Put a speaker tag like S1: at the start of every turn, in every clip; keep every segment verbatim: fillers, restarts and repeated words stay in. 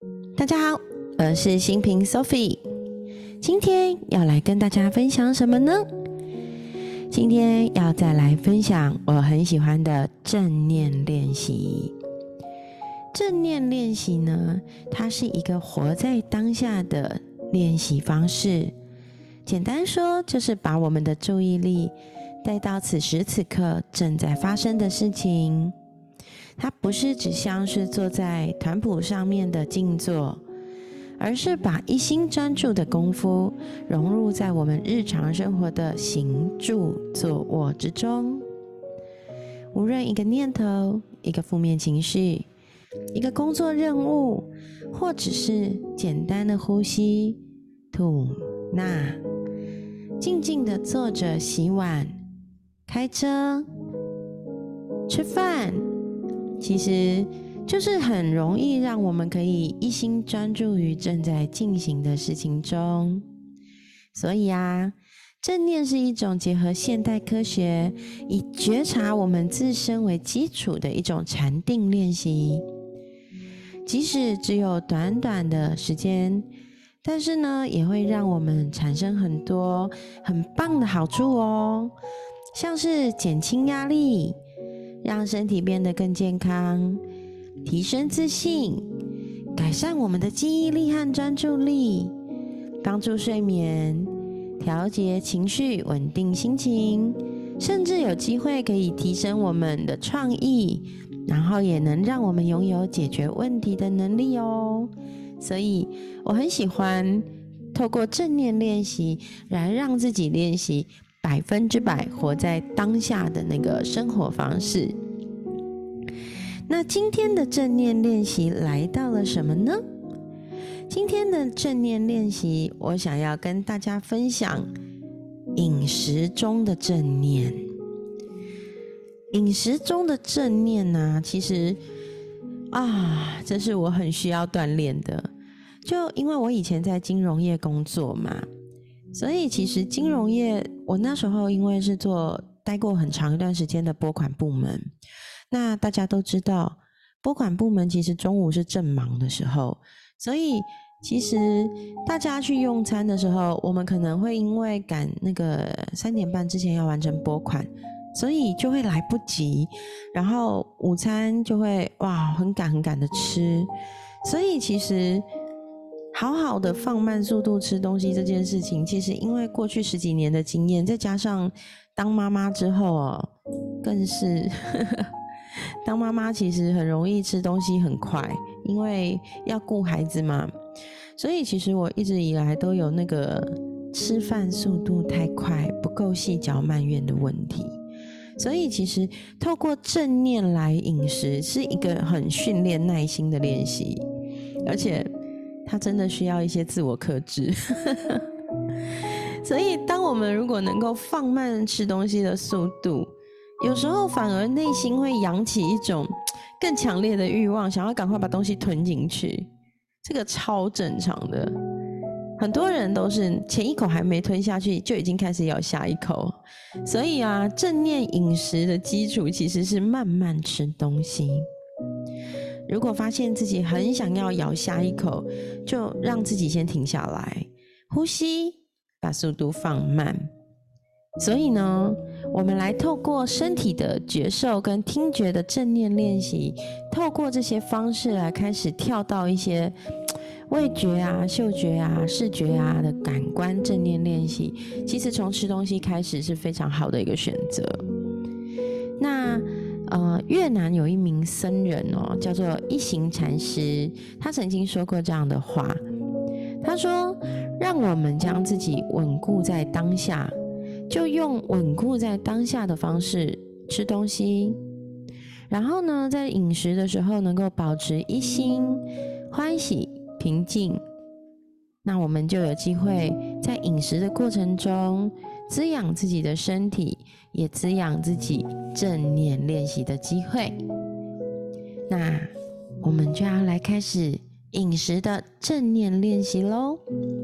S1: 大家好，我是新平 Sophie， 今天要来跟大家分享什么呢？今天要再来分享我很喜欢的正念练习。正念练习呢，它是一个活在当下的练习方式。简单说，就是把我们的注意力带到此时此刻正在发生的事情。它不是只像是坐在团谱上面的静坐，而是把一心专注的功夫融入在我们日常生活的行住坐卧之中。无论一个念头、一个负面情绪、一个工作任务，或只是简单的呼吸、吐纳，静静的坐着洗碗、开车、吃饭，其实就是很容易让我们可以一心专注于正在进行的事情中。所以啊，正念是一种结合现代科学，以觉察我们自身为基础的一种禅定练习。即使只有短短的时间，但是呢，也会让我们产生很多很棒的好处哦，像是减轻压力，让身体变得更健康，提升自信，改善我们的记忆力和专注力，帮助睡眠，调节情绪，稳定心情，甚至有机会可以提升我们的创意，然后也能让我们拥有解决问题的能力哦。所以我很喜欢透过正念练习来让自己练习百分之百活在当下的那个生活方式。那今天的正念练习来到了什么呢？今天的正念练习，我想要跟大家分享饮食中的正念。饮食中的正念啊，其实啊，这是我很需要锻炼的。就因为我以前在金融业工作嘛，所以其实金融业，我那时候因为是做待过很长一段时间的拨款部门，那大家都知道，拨款部门其实中午是正忙的时候，所以其实大家去用餐的时候，我们可能会因为赶那个三点半之前要完成拨款，所以就会来不及，然后午餐就会哇很赶很赶的吃，所以其实好好的放慢速度吃东西这件事情，其实因为过去十几年的经验，再加上当妈妈之后哦，更是当妈妈其实很容易吃东西很快，因为要顾孩子嘛，所以其实我一直以来都有那个吃饭速度太快，不够细嚼慢咽的问题。所以其实透过正念来饮食是一个很训练耐心的练习，而且它真的需要一些自我克制所以当我们如果能够放慢吃东西的速度，有时候反而内心会扬起一种更强烈的欲望，想要赶快把东西吞进去，这个超正常的。很多人都是前一口还没吞下去，就已经开始咬下一口。所以啊，正念饮食的基础其实是慢慢吃东西。如果发现自己很想要咬下一口，就让自己先停下来，呼吸，把速度放慢。所以呢，我们来透过身体的觉受跟听觉的正念练习，透过这些方式来开始跳到一些味觉啊、嗅觉啊、视觉啊的感官正念练习，其实从吃东西开始是非常好的一个选择。那呃，越南有一名僧人哦，叫做一行禅师，他曾经说过这样的话，他说：让我们将自己稳固在当下，就用稳固在当下的方式吃东西，然后呢，在饮食的时候能够保持一心、欢喜、平静，那我们就有机会在饮食的过程中滋养自己的身体，也滋养自己正念练习的机会。那我们就要来开始饮食的正念练习咯。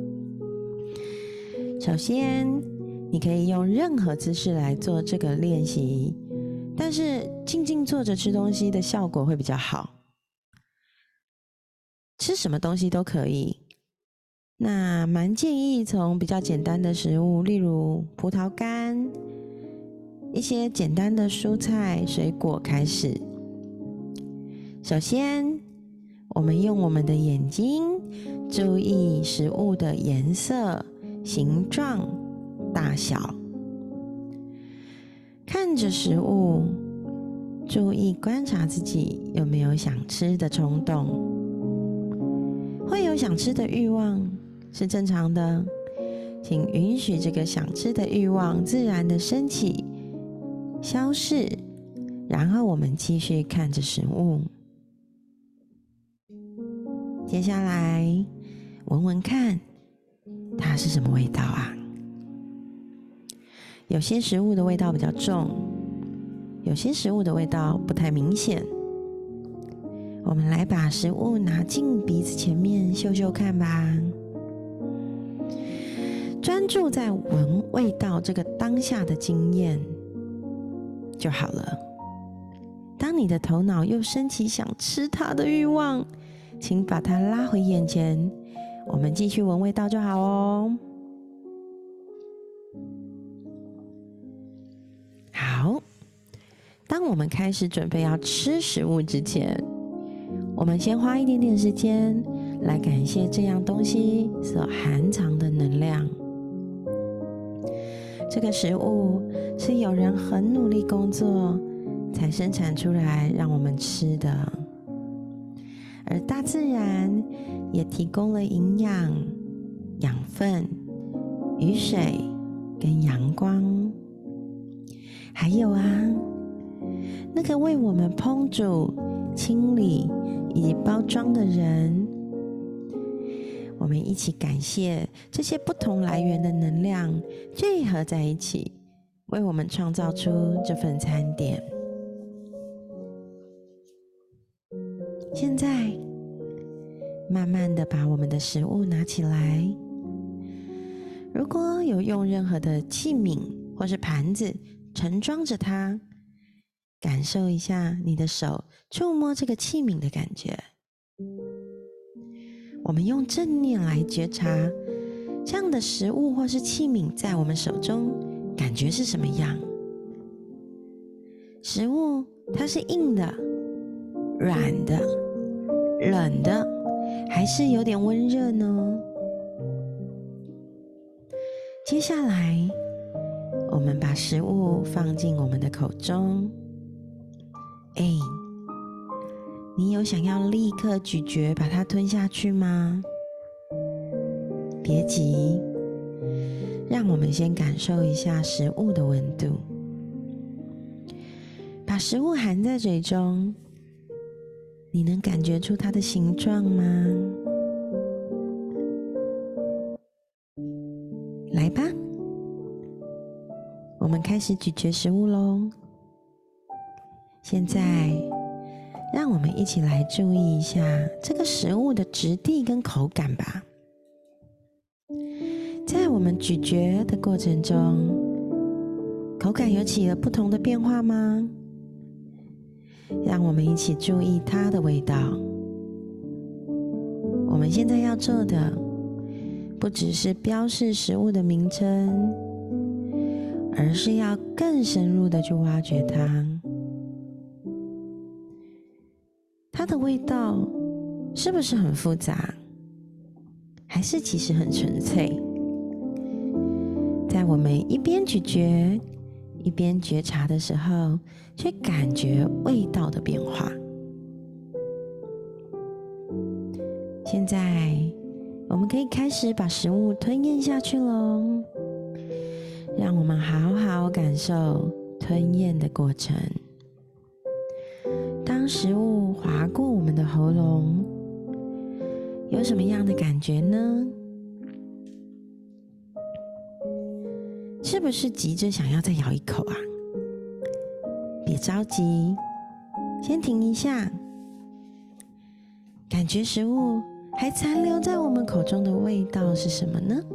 S1: 首先，你可以用任何姿势来做这个练习，但是静静坐着吃东西的效果会比较好。 吃什么东西都可以。那蛮建议从比较简单的食物，例如葡萄干、一些简单的蔬菜、水果开始。首先，我们用我们的眼睛注意食物的颜色、形状、大小，看着食物，注意观察自己有没有想吃的冲动。会有想吃的欲望是正常的，请允许这个想吃的欲望自然的升起、消逝，然后我们继续看着食物。接下来闻闻看，它是什么味道啊？有些食物的味道比较重，有些食物的味道不太明显。我们来把食物拿进鼻子前面嗅嗅看吧。专注在闻味道这个当下的经验就好了。当你的头脑又升起想吃它的欲望，请把它拉回眼前，我们继续闻味道就好哦。好，当我们开始准备要吃食物之前，我们先花一点点时间来感谢这样东西所含藏的能量。这个食物是有人很努力工作才生产出来让我们吃的，而大自然也提供了营养、养分、雨水跟阳光。还有啊，那个为我们烹煮、清理以及包装的人，我们一起感谢这些不同来源的能量聚合在一起，为我们创造出这份餐点。现在慢慢的把我们的食物拿起来，如果有用任何的器皿或是盘子盛装着它，感受一下你的手触摸这个器皿的感觉。我们用正念来觉察这样的食物或是器皿在我们手中感觉是什么样。食物它是硬的、软的、冷的，还是有点温热呢？接下来我们把食物放进我们的口中。哎，你有想要立刻咀嚼把它吞下去吗？别急，让我们先感受一下食物的温度。把食物含在嘴中，你能感觉出它的形状吗？来吧，我们开始咀嚼食物咯。现在让我们一起来注意一下这个食物的质地跟口感吧。在我们咀嚼的过程中，口感有起了不同的变化吗？让我们一起注意它的味道。我们现在要做的不只是标示食物的名称，而是要更深入的去挖掘它。它的味道是不是很复杂，还是其实很纯粹？在我们一边咀嚼一边觉察的时候，去感觉味道的变化。现在我们可以开始把食物吞咽下去咯，让我们好好感受吞咽的过程。当食物划过我们的喉咙，有什么样的感觉呢？是不是急着想要再咬一口啊？别着急，先停一下，感觉食物还残留在我们口中的味道是什么呢？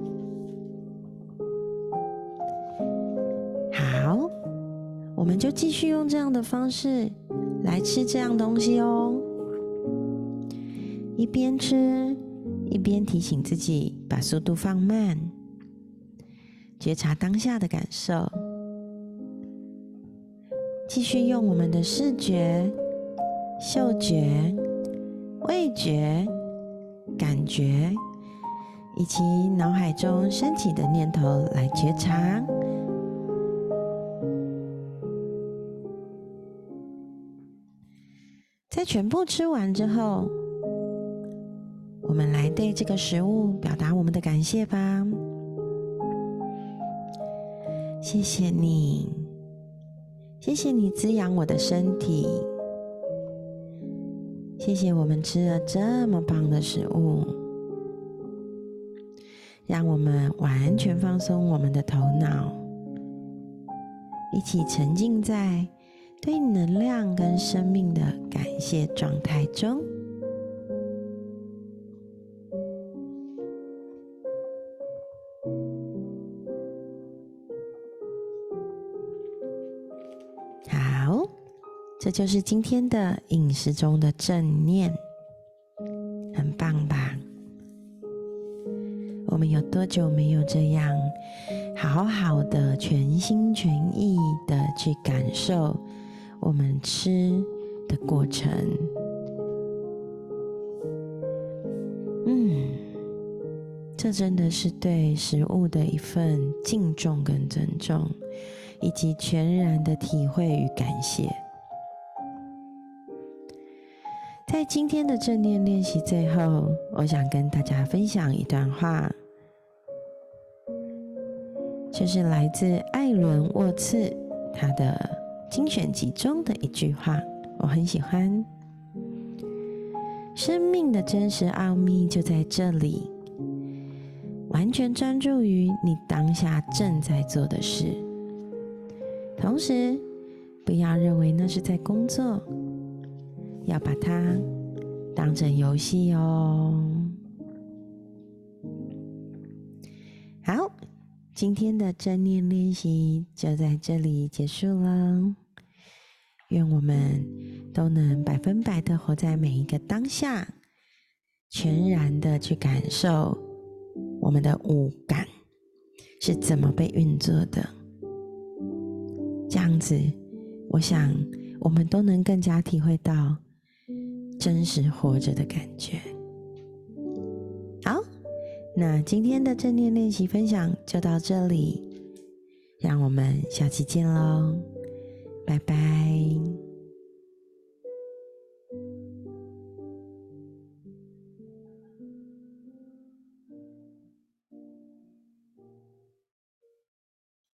S1: 好，我们就继续用这样的方式来吃这样东西哦。 一边吃一边提醒自己把速度放慢，觉察当下的感受，继续用我们的视觉、嗅觉、味觉、感觉以及脑海中升起的念头来觉察。在全部吃完之后，我们来对这个食物表达我们的感谢吧。谢谢你，谢谢你滋养我的身体，谢谢我们吃了这么棒的食物，让我们完全放松我们的头脑，一起沉浸在对能量跟生命的感谢状态中。好，这就是今天的饮食中的正念，很棒吧？我们有多久没有这样好好的全心全意的去感受我们吃的过程？嗯，这真的是对食物的一份敬重跟尊重，以及全然的体会与感谢。在今天的正念练习最后，我想跟大家分享一段话，就是来自艾伦沃茨他的精选集中的一句话，我很喜欢。生命的真实奥秘就在这里，完全专注于你当下正在做的事，同时不要认为那是在工作，要把它当成游戏哦。好，今天的正念练习就在这里结束了。愿我们都能百分百的活在每一个当下，全然的去感受我们的五感是怎么被运作的。这样子，我想我们都能更加体会到真实活着的感觉。好，那今天的正念练习分享就到这里，让我们下期见咯，拜拜。